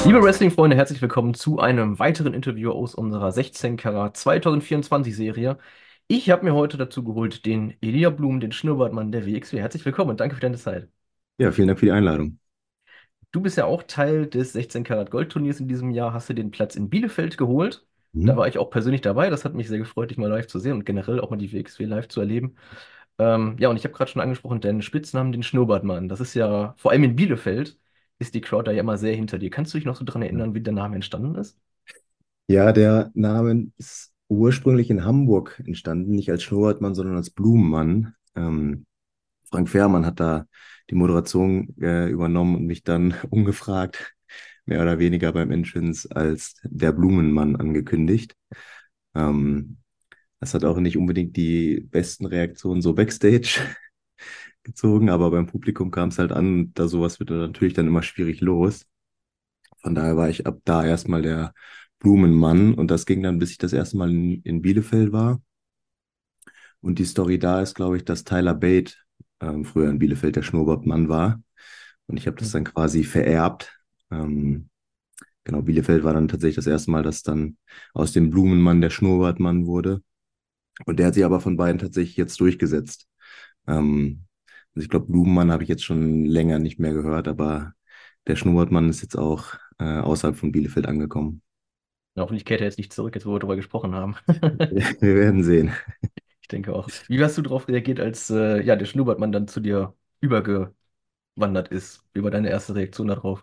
Liebe Wrestling-Freunde, herzlich willkommen zu einem weiteren Interview aus unserer 16 Karat 2024 Serie. Ich habe mir heute dazu geholt den Elia Blum, den Schnurrbartmann der WXW. Herzlich willkommen und danke für deine Zeit. Ja, vielen Dank für die Einladung. Du bist ja auch Teil des 16 Karat Gold-Turniers in diesem Jahr, hast dir den Platz in Bielefeld geholt. Da Mhm. war ich auch persönlich dabei. Das hat mich sehr gefreut, dich mal live zu sehen und generell auch mal die WXW live zu erleben. Ja, und ich habe gerade schon angesprochen, deinen Spitznamen, den Schnurrbartmann. Das ist ja, vor allem in Bielefeld, ist die Crowd da ja immer sehr hinter dir. Kannst du dich noch so dran erinnern, wie der Name entstanden ist? Ja, der Name ist ursprünglich in Hamburg entstanden, nicht als Schnurrbartmann, sondern als Blumenmann. Frank Fährmann hat da die Moderation übernommen und mich dann ungefragt, mehr oder weniger beim Entrance, als der Blumenmann angekündigt. Ähm, Das hat auch nicht unbedingt die besten Reaktionen so backstage gezogen, aber beim Publikum kam es halt an, da sowas wird dann natürlich dann immer schwierig los. Von daher war ich ab da erstmal der Blumenmann und das ging dann, bis ich das erste Mal in Bielefeld war. Und die Story da ist, glaube ich, dass Tyler Bate früher in Bielefeld der Schnurrbartmann war und ich habe das dann quasi vererbt. Ähm, genau, Bielefeld war dann tatsächlich das erste Mal, dass dann aus dem Blumenmann der Schnurrbartmann wurde. Und der hat sich aber von beiden tatsächlich jetzt durchgesetzt. Ähm, also ich glaube, Blumenmann habe ich jetzt schon länger nicht mehr gehört, aber der Schnurrbartmann ist jetzt auch außerhalb von Bielefeld angekommen. Na, hoffentlich kehrt er jetzt nicht zurück, jetzt wo wir darüber gesprochen haben. Wir werden sehen. Ich denke auch. Wie hast du darauf reagiert, als ja, der Schnurrbartmann dann zu dir übergewandert ist? Wie war deine erste Reaktion darauf?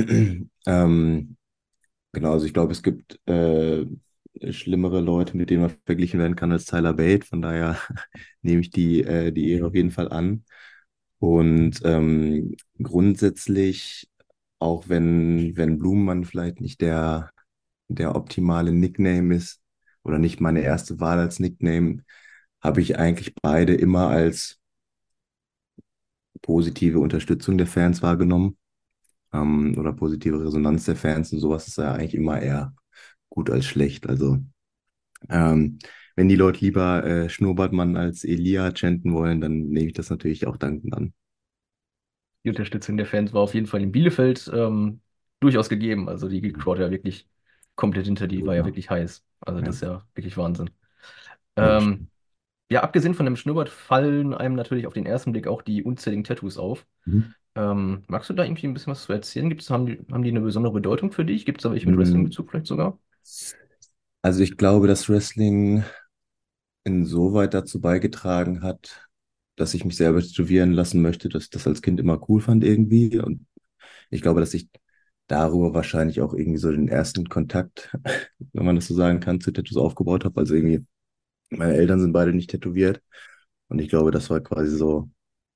ähm, genau, also ich glaube, es gibt schlimmere Leute, mit denen man verglichen werden kann als Tyler Bate. Von daher nehme ich die Ehre auf jeden Fall an. Und grundsätzlich, auch wenn Blumenmann vielleicht nicht der optimale Nickname ist oder nicht meine erste Wahl als Nickname, habe ich eigentlich beide immer als positive Unterstützung der Fans wahrgenommen. Oder positive Resonanz der Fans und sowas ist ja eigentlich immer eher gut als schlecht. Also ähm, wenn die Leute lieber Schnurrbartmann als Elia chanten wollen, dann nehme ich das natürlich auch dankend an. Die Unterstützung der Fans war auf jeden Fall in Bielefeld durchaus gegeben. Also die Crowd ja wirklich komplett hinter die, war ja Ja, wirklich heiß. Also das ja, ist ja wirklich Wahnsinn. ja, das Ähm, stimmt. ja, abgesehen von dem Schnurrbart fallen einem natürlich auf den ersten Blick auch die unzähligen Tattoos auf. Mhm. Magst du da irgendwie ein bisschen was zu erzählen? Haben die eine besondere Bedeutung für dich? Gibt es da welche mit Mm, Wrestling-Bezug vielleicht sogar? Also ich glaube, dass Wrestling insoweit dazu beigetragen hat, dass ich mich selber tätowieren lassen möchte, dass ich das als Kind immer cool fand irgendwie. Und ich glaube, dass ich darüber wahrscheinlich auch irgendwie so den ersten Kontakt, wenn man das so sagen kann, zu Tattoos aufgebaut habe. Also irgendwie, meine Eltern sind beide nicht tätowiert. Und ich glaube, das war quasi so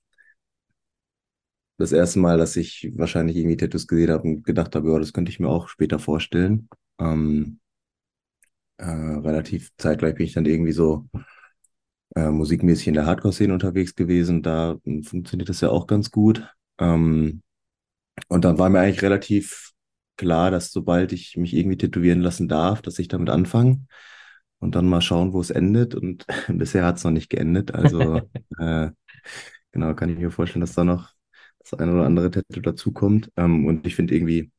das erste Mal, dass ich wahrscheinlich irgendwie Tattoos gesehen habe und gedacht habe, ja, das könnte ich mir auch später vorstellen. Ähm, Relativ zeitgleich bin ich dann irgendwie so musikmäßig in der Hardcore-Szene unterwegs gewesen. Da funktioniert das ja auch ganz gut. Ähm, und dann war mir eigentlich relativ klar, dass sobald ich mich irgendwie tätowieren lassen darf, dass ich damit anfange und dann mal schauen, wo es endet. Und bisher hat es noch nicht geendet. Also äh, genau, kann ich mir vorstellen, dass da noch das eine oder andere Tattoo dazukommt. Und ich finde irgendwie,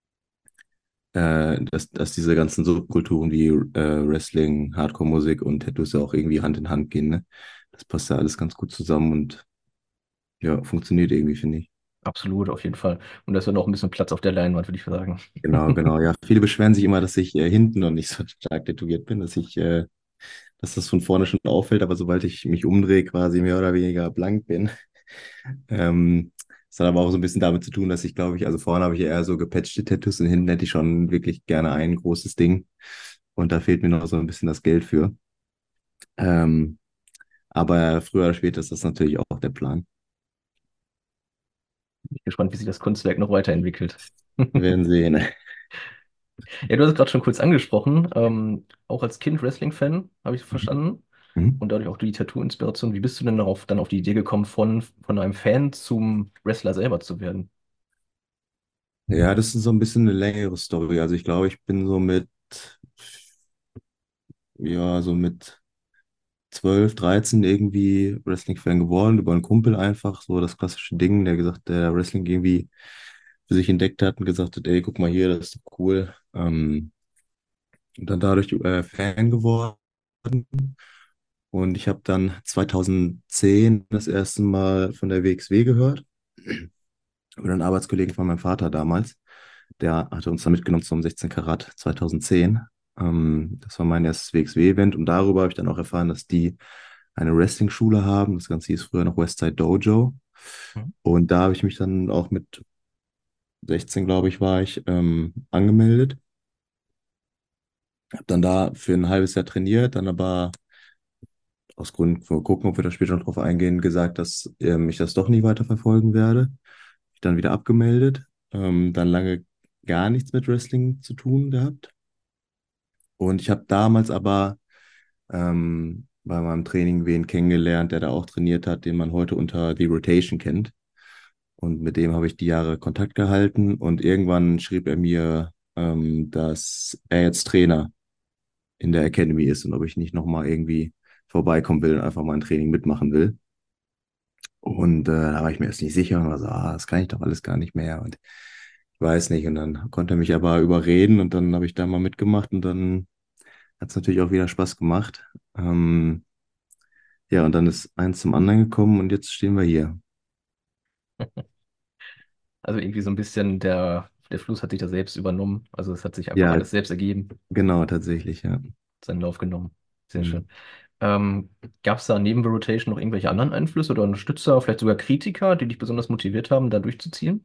dass diese ganzen Subkulturen wie Wrestling, Hardcore-Musik und Tattoos ja auch irgendwie Hand in Hand gehen, ne? Das passt ja alles ganz gut zusammen und ja, funktioniert irgendwie, finde ich. Absolut, auf jeden Fall. Und da ist ja noch ein bisschen Platz auf der Leinwand, würde ich sagen. Genau, genau. Ja, viele beschweren sich immer, dass ich hinten noch nicht so stark tätowiert bin, dass das von vorne schon auffällt, aber sobald ich mich umdrehe, quasi mehr oder weniger blank bin. Das hat aber auch so ein bisschen damit zu tun, dass ich glaube ich, also vorne habe ich eher so gepatchte Tattoos und hinten hätte ich schon wirklich gerne ein großes Ding. Und da fehlt mir noch so ein bisschen das Geld für. Ähm, aber früher oder später ist das natürlich auch der Plan. Bin ich gespannt, wie sich das Kunstwerk noch weiterentwickelt. Wir werden sehen. Ja, du hast es gerade schon kurz angesprochen. Auch als Kind Wrestling-Fan, habe ich verstanden. Mhm. Und dadurch auch die Tattoo-Inspiration. Wie bist du denn dann auf die Idee gekommen, von einem Fan zum Wrestler selber zu werden? Ja, das ist so ein bisschen eine längere Story. Also ich glaube, ich bin so mit 12, 13 irgendwie Wrestling-Fan geworden, über einen Kumpel einfach, so das klassische Ding, der gesagt, der Wrestling irgendwie für sich entdeckt hat und gesagt hat, ey, guck mal hier, das ist doch cool. Und dann dadurch Fan geworden. Und ich habe dann 2010 das erste Mal von der WXW gehört. Über einen Arbeitskollegen von meinem Vater damals. Der hatte uns da mitgenommen zum 16 Karat 2010. Das war mein erstes WXW-Event und darüber habe ich dann auch erfahren, dass die eine Wrestling-Schule haben. Das Ganze hieß früher noch Westside Dojo. Mhm. Und da habe ich mich dann auch mit 16, glaube ich, war ich angemeldet. Habe dann da für ein halbes Jahr trainiert, dann aber aus Gründen, wir gucken, ob wir da später noch drauf eingehen, gesagt, dass ich das doch nie weiter verfolgen werde. Ich dann wieder abgemeldet, dann lange gar nichts mit Wrestling zu tun gehabt. Und ich habe damals aber bei meinem Training wen kennengelernt, der da auch trainiert hat, den man heute unter The Rotation kennt. Und mit dem habe ich die Jahre Kontakt gehalten und irgendwann schrieb er mir, dass er jetzt Trainer in der Academy ist und ob ich nicht nochmal irgendwie vorbeikommen will und einfach mal ein Training mitmachen will. Und da war ich mir erst nicht sicher und war so, das kann ich doch alles gar nicht mehr. Und ich weiß nicht. Und dann konnte er mich aber überreden und dann habe ich da mal mitgemacht und dann hat es natürlich auch wieder Spaß gemacht. Ja, und dann ist eins zum anderen gekommen und jetzt stehen wir hier. Also irgendwie so ein bisschen der Fluss hat sich da selbst übernommen. Also es hat sich einfach Ja, alles selbst ergeben, genau, tatsächlich, ja. seinen Lauf genommen. Sehr Mhm. schön. Gab es da neben The Rotation noch irgendwelche anderen Einflüsse oder Unterstützer, vielleicht sogar Kritiker, die dich besonders motiviert haben, da durchzuziehen?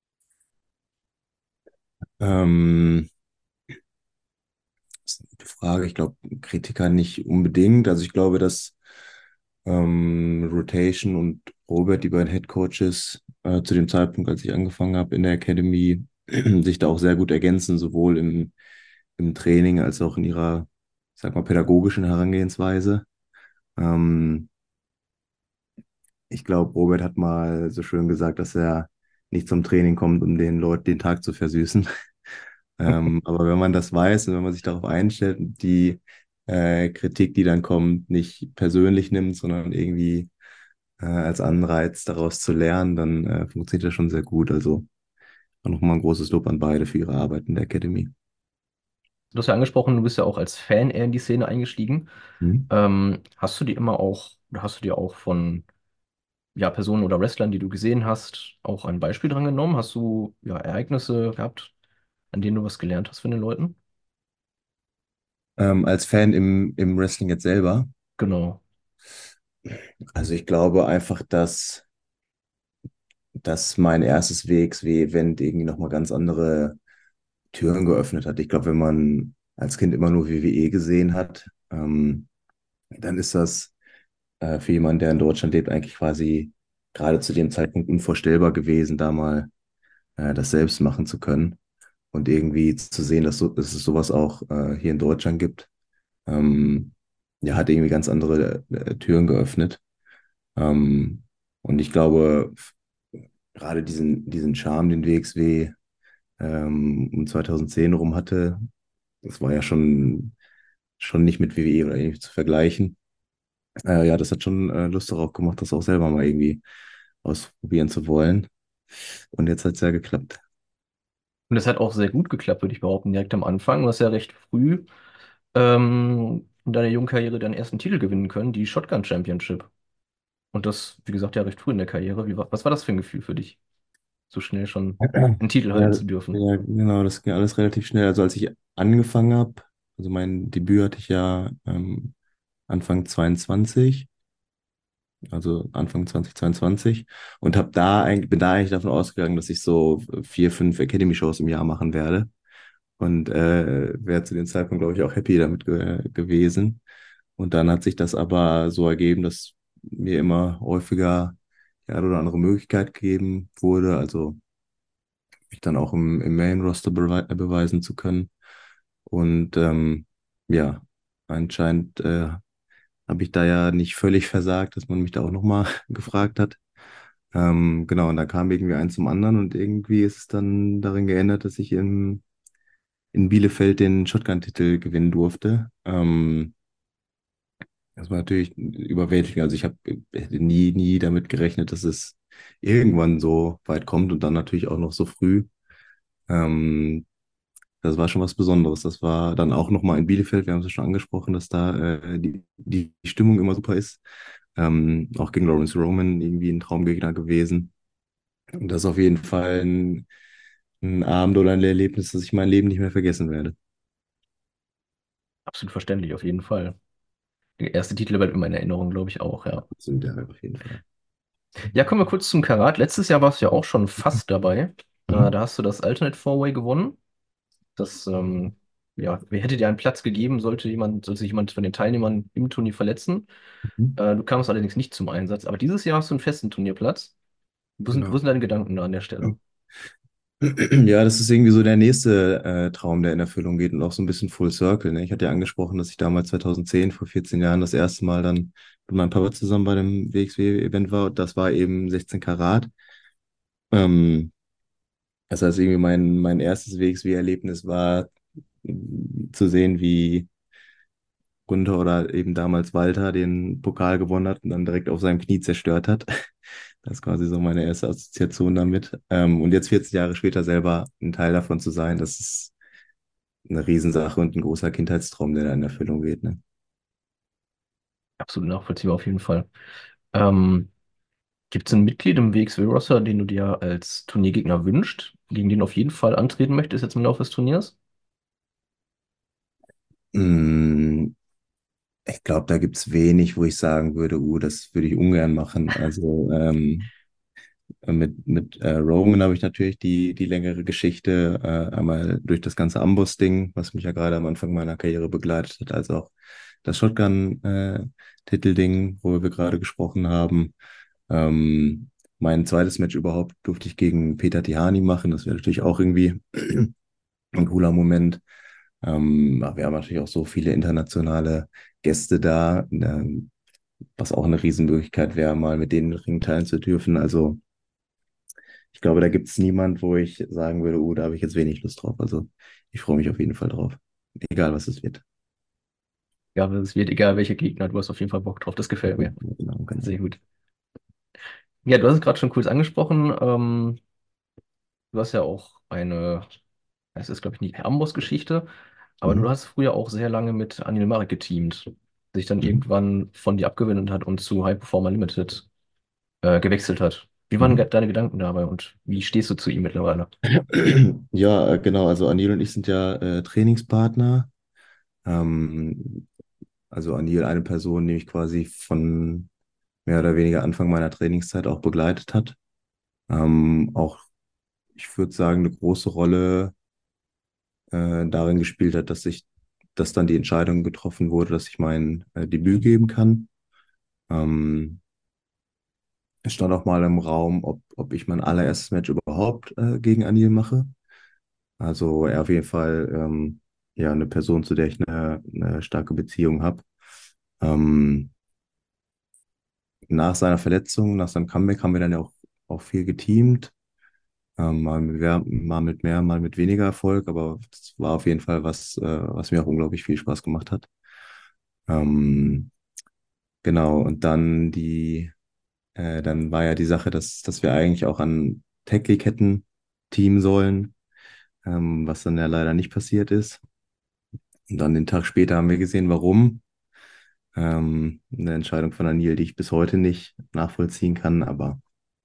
Ähm, Das ist eine gute Frage. Ich glaube, Kritiker nicht unbedingt. Also ich glaube, dass Rotation und Robert, die beiden Head Coaches, zu dem Zeitpunkt, als ich angefangen habe in der Academy, sich da auch sehr gut ergänzen, sowohl im Training als auch in ihrer, ich sag mal, pädagogischen Herangehensweise. Ähm, Ich glaube, Robert hat mal so schön gesagt, dass er nicht zum Training kommt, um den Leuten den Tag zu versüßen. Aber wenn man das weiß und wenn man sich darauf einstellt und die Kritik, die dann kommt, nicht persönlich nimmt, sondern irgendwie als Anreiz daraus zu lernen, dann funktioniert das schon sehr gut. Also auch nochmal ein großes Lob an beide für ihre Arbeit in der Academy. Du hast ja angesprochen, du bist ja auch als Fan eher in die Szene eingestiegen. Mhm. Hast du dir immer auch, oder hast du dir auch von ja, Personen oder Wrestlern, die du gesehen hast, auch ein Beispiel dran genommen? Hast du ja Ereignisse gehabt, an denen du was gelernt hast von den Leuten? Als Fan im Wrestling jetzt selber, Genau. also ich glaube einfach, dass mein erstes WXW-Event irgendwie nochmal ganz andere Türen geöffnet hat. Ich glaube, wenn man als Kind immer nur WWE gesehen hat, dann ist das für jemanden, der in Deutschland lebt, eigentlich quasi gerade zu dem Zeitpunkt unvorstellbar gewesen, da mal das selbst machen zu können und irgendwie zu sehen, dass es sowas auch hier in Deutschland gibt. Ähm, ja, hat irgendwie ganz andere Türen geöffnet. Ähm, und ich glaube, gerade diesen Charme, den WXW um 2010 rum hatte, das war ja schon nicht mit WWE oder ähnlich zu vergleichen. Ja, das hat schon Lust darauf gemacht, das auch selber mal irgendwie ausprobieren zu wollen. Und jetzt hat es ja geklappt. Und das hat auch sehr gut geklappt, würde ich behaupten, direkt am Anfang. Du hast ja recht früh in deiner jungen Karriere deinen ersten Titel gewinnen können, die Shotgun Championship. Und das, wie gesagt, ja recht früh in der Karriere. Was war das für ein Gefühl für dich, so schnell schon einen Titel halten Ja, zu dürfen? ja, genau, das ging alles relativ schnell. Also als ich angefangen habe, also mein Debüt hatte ich ja Anfang 22, also Anfang 2022 und bin da eigentlich davon ausgegangen, dass ich so 4, 5 Academy-Shows im Jahr machen werde und wäre zu dem Zeitpunkt, glaube ich, auch happy damit gewesen. Und dann hat sich das aber so ergeben, dass mir immer häufiger die eine oder andere Möglichkeit gegeben wurde, also mich dann auch im Main-Roster beweisen zu können. Und ja, anscheinend habe ich da ja nicht völlig versagt, dass man mich da auch nochmal gefragt hat. Genau, und da kam irgendwie eins zum anderen und irgendwie ist es dann darin geändert, dass ich in Bielefeld den Shotgun-Titel gewinnen durfte. Das war natürlich überwältigend. Also hätte nie damit gerechnet, dass es irgendwann so weit kommt und dann natürlich auch noch so früh. Ähm, Das war schon was Besonderes. Das war dann auch nochmal in Bielefeld, wir haben es ja schon angesprochen, dass da die Stimmung immer super ist. Auch gegen Lawrence Roman irgendwie ein Traumgegner gewesen. Und das ist auf jeden Fall ein Abend oder ein Erlebnis, das ich mein Leben nicht mehr vergessen werde. Absolut verständlich, auf jeden Fall. Der erste Titel bleibt immer in Erinnerung, glaube ich auch, ja. Absolut, ja, auf jeden Fall. Ja, kommen wir kurz zum Karat. Letztes Jahr warst du ja auch schon fast dabei. Mhm. Da hast du das Alternate Four-Way gewonnen. Das, ja, wer hätte dir einen Platz gegeben, sollte sich jemand von den Teilnehmern im Turnier verletzen? Mhm. Du kamst allerdings nicht zum Einsatz. Aber dieses Jahr hast du einen festen Turnierplatz. Wo Genau. sind deine Gedanken da an der Stelle? Ja, das ist irgendwie so der nächste Traum, der in Erfüllung geht und auch so ein bisschen Full Circle. Ne? Ich hatte ja angesprochen, dass ich damals 2010, vor 14 Jahren, das erste Mal dann mit meinem Papa zusammen bei dem WXW-Event war. Das war eben 16 Karat. Ähm, Das heißt, irgendwie mein erstes WXW-Erlebnis war zu sehen, wie Gunther oder eben damals Walter den Pokal gewonnen hat und dann direkt auf seinem Knie zerstört hat. Das ist quasi so meine erste Assoziation damit. Und jetzt 40 Jahre später selber ein Teil davon zu sein, das ist eine Riesensache und ein großer Kindheitstraum, der da in Erfüllung geht. Ne? Absolut nachvollziehbar auf jeden Fall. Ähm, Gibt es ein Mitglied im WXW-Roster, den du dir als Turniergegner wünschst, gegen den du auf jeden Fall antreten möchtest jetzt im Laufe des Turniers? Mm, Ich glaube, da gibt es wenig, wo ich sagen würde, das würde ich ungern machen. Also mit Roman habe ich natürlich die längere Geschichte, einmal durch das ganze Amboss-Ding, was mich ja gerade am Anfang meiner Karriere begleitet hat, als auch das Shotgun-Titel-Ding, worüber wir gerade gesprochen haben. Ähm, Mein zweites Match überhaupt durfte ich gegen Peter Tihani machen. Das wäre natürlich auch irgendwie ein cooler Moment. Aber wir haben natürlich auch so viele internationale Gäste da, was auch eine Riesenmöglichkeit wäre, mal mit denen den Ring teilen zu dürfen. Also ich glaube, da gibt es niemand, wo ich sagen würde, da habe ich jetzt wenig Lust drauf. Also ich freue mich auf jeden Fall drauf. Egal, was es wird. Ja, aber es wird egal, welcher Gegner, du hast auf jeden Fall Bock drauf, das gefällt mir. Genau, genau. Sehr gut. Ja, du hast es gerade schon kurz angesprochen. Du hast ja auch es ist glaube ich nicht Amboss-Geschichte, aber du Mhm. hast früher auch sehr lange mit Anil Marek geteamt, sich dann Mhm. irgendwann von dir abgewendet hat und zu High Performer Limited gewechselt hat. Wie waren Mhm. deine Gedanken dabei und wie stehst du zu ihm mittlerweile? Ja, genau. Also Anil und ich sind ja Trainingspartner. Ähm, also Anil, eine Person, die mich quasi von mehr oder weniger Anfang meiner Trainingszeit auch begleitet hat. Auch, ich würde sagen, eine große Rolle darin gespielt hat, dass dann die Entscheidung getroffen wurde, dass ich mein Debüt geben kann. Ähm, Es stand auch mal im Raum, ob ich mein allererstes Match überhaupt gegen Anil mache. Also er auf jeden Fall ja eine Person, zu der ich eine starke Beziehung habe. Ähm, Nach seiner Verletzung, nach seinem Comeback haben wir dann ja auch viel geteamt. Mal mit mehr, mal mit weniger Erfolg, aber es war auf jeden Fall was mir auch unglaublich viel Spaß gemacht hat. Ähm, genau, und dann war ja die Sache, dass wir eigentlich auch an Tech League hätten teamen sollen, was dann ja leider nicht passiert ist. Und dann den Tag später haben wir gesehen, warum. Eine Entscheidung von Anil, die ich bis heute nicht nachvollziehen kann, aber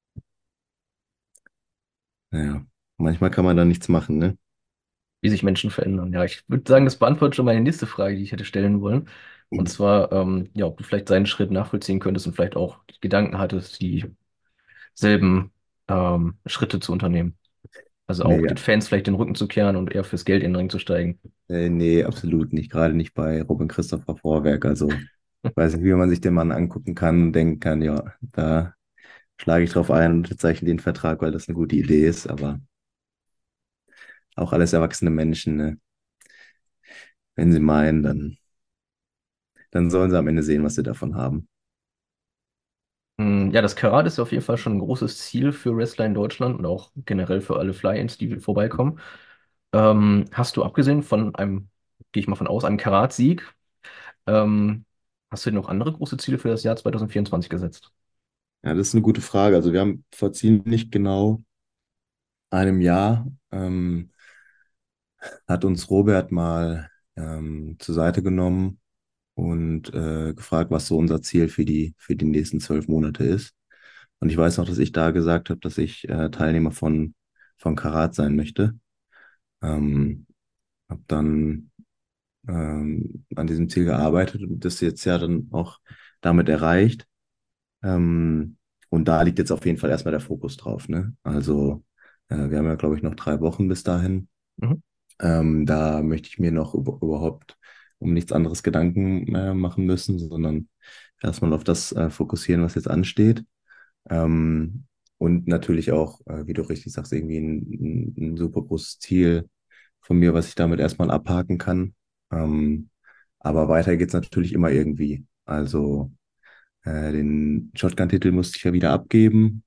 naja, manchmal kann man da nichts machen, ne? Wie sich Menschen verändern. Ja, ich würde sagen, das beantwortet schon meine nächste Frage, die ich hätte stellen wollen. Und zwar, ja, ob du vielleicht seinen Schritt nachvollziehen könntest und vielleicht auch Gedanken hattest, dieselben Schritte zu unternehmen. Also auch Nee, den Fans vielleicht den Rücken zu kehren und eher fürs Geld in den Ring zu steigen. nee, absolut nicht. Gerade nicht bei Robin Christopher Vorwerk. Also, weiß nicht, wie man sich den Mann angucken kann und denken kann, ja, da schlage ich drauf ein und unterzeichne den Vertrag, weil das eine gute Idee ist. Aber auch alles erwachsene Menschen, ne? Wenn sie meinen, dann sollen sie am Ende sehen, was sie davon haben. Ja, das Karat ist auf jeden Fall schon ein großes Ziel für Wrestler in Deutschland und auch generell für alle Fly-Ins, die vorbeikommen. Hast du abgesehen von gehe ich mal von aus, einem Karat-Sieg, ähm, hast du dir noch andere große Ziele für das Jahr 2024 gesetzt? Ja, das ist eine gute Frage. Also, wir haben vor ziemlich genau einem Jahr hat uns Robert mal zur Seite genommen und gefragt, was so unser Ziel für die nächsten 12 Monate ist. Und ich weiß noch, dass ich da gesagt habe, dass ich Teilnehmer von Karat sein möchte. Ähm, habe dann an diesem Ziel gearbeitet und das jetzt ja dann auch damit erreicht. Ähm, und da liegt jetzt auf jeden Fall erstmal der Fokus drauf, ne? Also wir haben ja, glaube ich, noch 3 Wochen bis dahin. Mhm. Da möchte ich mir noch überhaupt um nichts anderes Gedanken machen müssen, sondern erstmal auf das fokussieren, was jetzt ansteht. Ähm, und natürlich auch, wie du richtig sagst, irgendwie ein super großes Ziel von mir, was ich damit erstmal abhaken kann. Ähm, aber weiter geht's natürlich immer irgendwie. Also den Shotgun-Titel musste ich ja wieder abgeben.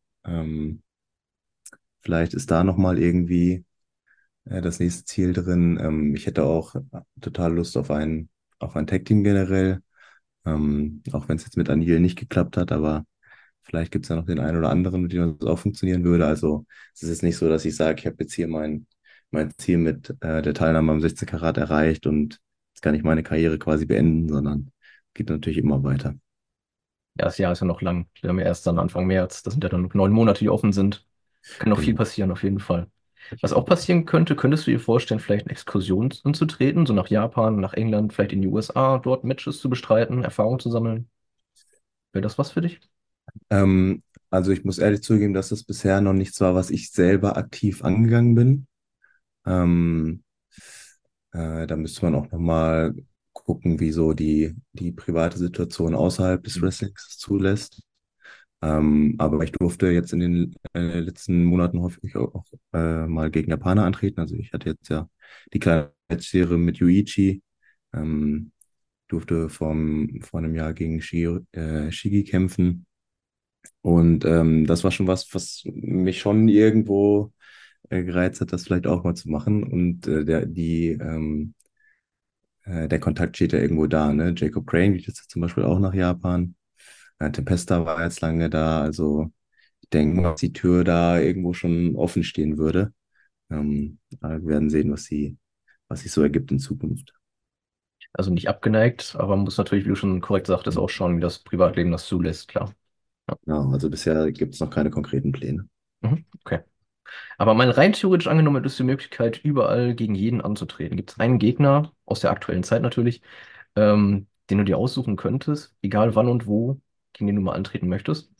Vielleicht ist da nochmal irgendwie das nächste Ziel drin. Ich hätte auch total Lust auf ein Tag-Team generell. Auch wenn es jetzt mit Anil nicht geklappt hat, aber vielleicht gibt es ja noch den einen oder anderen, mit dem das auch funktionieren würde. Also es ist jetzt nicht so, dass ich sage, ich habe jetzt hier mein Ziel mit der Teilnahme am 16 Karat erreicht und jetzt kann ich meine Karriere quasi beenden, sondern geht natürlich immer weiter. Ja, das Jahr ist ja noch lang. Wir haben ja erst dann Anfang März. Das sind ja dann 9 Monate, die offen sind. Kann noch viel Genau. passieren, auf jeden Fall. Was auch passieren könnte, könntest du dir vorstellen, vielleicht eine Exkursion anzutreten, so nach Japan, nach England, vielleicht in die USA, dort Matches zu bestreiten, Erfahrung zu sammeln? Wäre das was für dich? Also ich muss ehrlich zugeben, dass das bisher noch nichts war, was ich selber aktiv angegangen bin. Ähm, Da müsste man auch nochmal gucken, wie so die private Situation außerhalb des Wrestlings es zulässt. Aber ich durfte jetzt in den letzten Monaten häufig auch mal gegen Japaner antreten. Also ich hatte jetzt ja die kleine Serie mit Yuichi, ähm, durfte vor einem Jahr gegen Shigi kämpfen. Und das war schon was, was mich schon irgendwo gereizt hat, das vielleicht auch mal zu machen. Und der Kontakt steht ja irgendwo da, ne? Jacob Crane geht jetzt zum Beispiel auch nach Japan. Tempesta war jetzt lange da. Also ich denke mal, dass die Tür da irgendwo schon offen stehen würde. Aber wir werden sehen, was sich so ergibt in Zukunft. Also nicht abgeneigt, aber man muss natürlich, wie du schon korrekt sagtest, auch schauen, wie das Privatleben das zulässt, klar. Ja. Ja, also bisher gibt es noch keine konkreten Pläne. Mhm, okay. Aber mal rein theoretisch angenommen, hättest du die Möglichkeit, überall gegen jeden anzutreten. Gibt es einen Gegner, aus der aktuellen Zeit natürlich, den du dir aussuchen könntest, egal wann und wo, gegen den du mal antreten möchtest?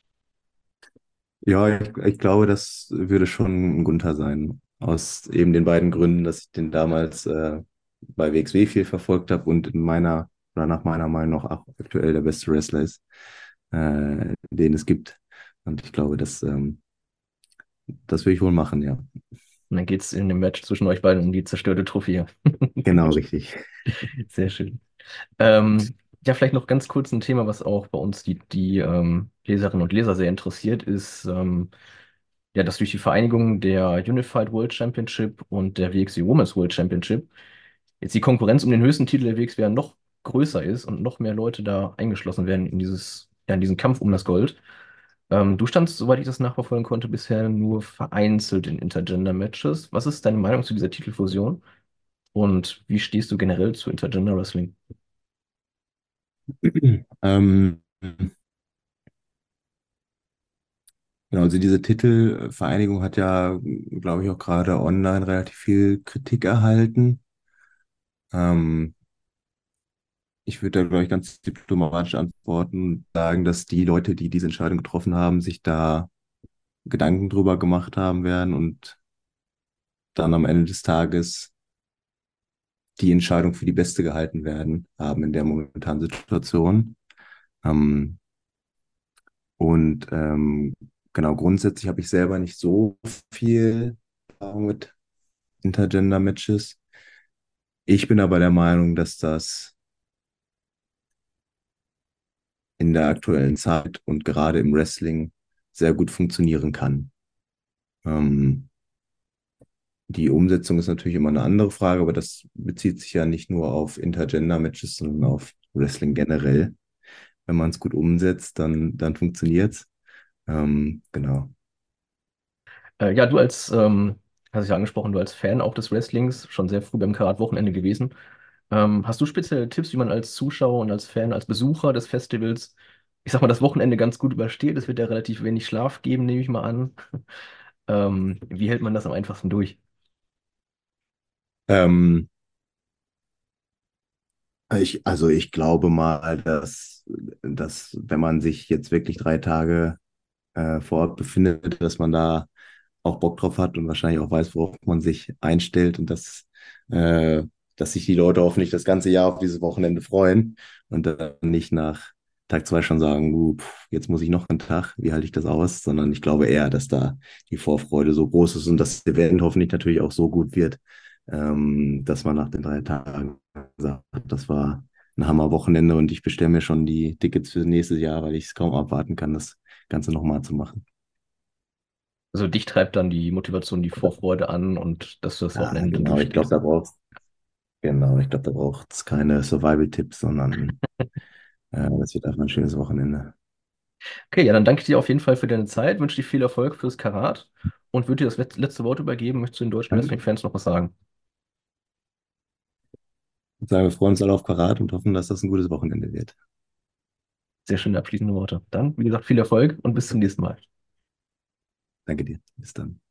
Ja, ich glaube, das würde schon ein Gunther sein. Aus eben den beiden Gründen, dass ich den damals bei WXW viel verfolgt habe und in meiner oder nach meiner Meinung nach auch aktuell der beste Wrestler ist, den es gibt. Und ich glaube, das will ich wohl machen, ja. Und dann geht es in dem Match zwischen euch beiden um die zerstörte Trophäe. Genau, richtig. Sehr schön. Ähm, ja, vielleicht noch ganz kurz ein Thema, was auch bei uns die Leserinnen und Leser sehr interessiert, ist, ja, dass durch die Vereinigung der Unified World Championship und der WXW Women's World Championship jetzt die Konkurrenz um den höchsten Titel der WXW ja noch größer ist und noch mehr Leute da eingeschlossen werden in ja, in diesen Kampf um das Gold. Du standst, soweit ich das nachverfolgen konnte, bisher nur vereinzelt in Intergender-Matches. Was ist deine Meinung zu dieser Titelfusion und wie stehst du generell zu Intergender Wrestling? Ähm, genau, also diese Titelvereinigung hat ja, glaube ich, auch gerade online relativ viel Kritik erhalten. Ähm, Ich würde da, glaube ich, ganz diplomatisch antworten und sagen, dass die Leute, die diese Entscheidung getroffen haben, sich da Gedanken drüber gemacht haben werden und dann am Ende des Tages die Entscheidung für die beste gehalten werden haben in der momentanen Situation. Ähm, genau, grundsätzlich habe ich selber nicht so viel Erfahrung mit Intergender-Matches. Ich bin aber der Meinung, dass das in der aktuellen Zeit und gerade im Wrestling sehr gut funktionieren kann. Ähm, Die Umsetzung ist natürlich immer eine andere Frage, aber das bezieht sich ja nicht nur auf Intergender-Matches, sondern auf Wrestling generell. Wenn man es gut umsetzt, dann funktioniert es. Genau. Ja, hast du ja angesprochen, du als Fan auch des Wrestlings, schon sehr früh beim Karat-Wochenende gewesen. Hast du spezielle Tipps, wie man als Zuschauer und als Fan, als Besucher des Festivals, ich sag mal, das Wochenende ganz gut übersteht? Es wird ja relativ wenig Schlaf geben, nehme ich mal an. Wie hält man das am einfachsten durch? Ähm, also ich glaube mal, dass wenn man sich jetzt wirklich 3 Tage vor Ort befindet, dass man da auch Bock drauf hat und wahrscheinlich auch weiß, worauf man sich einstellt und äh, dass sich die Leute hoffentlich das ganze Jahr auf dieses Wochenende freuen und dann nicht nach Tag 2 schon sagen, jetzt muss ich noch einen Tag, wie halte ich das aus? Sondern ich glaube eher, dass da die Vorfreude so groß ist und das Event hoffentlich natürlich auch so gut wird, dass man nach den 3 Tagen sagt, das war ein Hammerwochenende und ich bestelle mir schon die Tickets für nächstes Jahr, weil ich es kaum abwarten kann, das Ganze nochmal zu machen. Also dich treibt dann die Motivation, die Vorfreude an und dass du das Ja, Wochenende genau. durchstehst. Ich glaube, da braucht es keine Survival-Tipps, sondern das wird einfach ein schönes Wochenende. Okay, ja, dann danke ich dir auf jeden Fall für deine Zeit, wünsche dir viel Erfolg fürs Karat und würde dir das letzte Wort übergeben. Möchtest du den deutschen Danke. Wrestling-Fans noch was sagen? Ich sagen, wir freuen uns alle auf Karat und hoffen, dass das ein gutes Wochenende wird. Sehr schöne abschließende Worte. Dann, wie gesagt, viel Erfolg und bis zum nächsten Mal. Danke dir. Bis dann.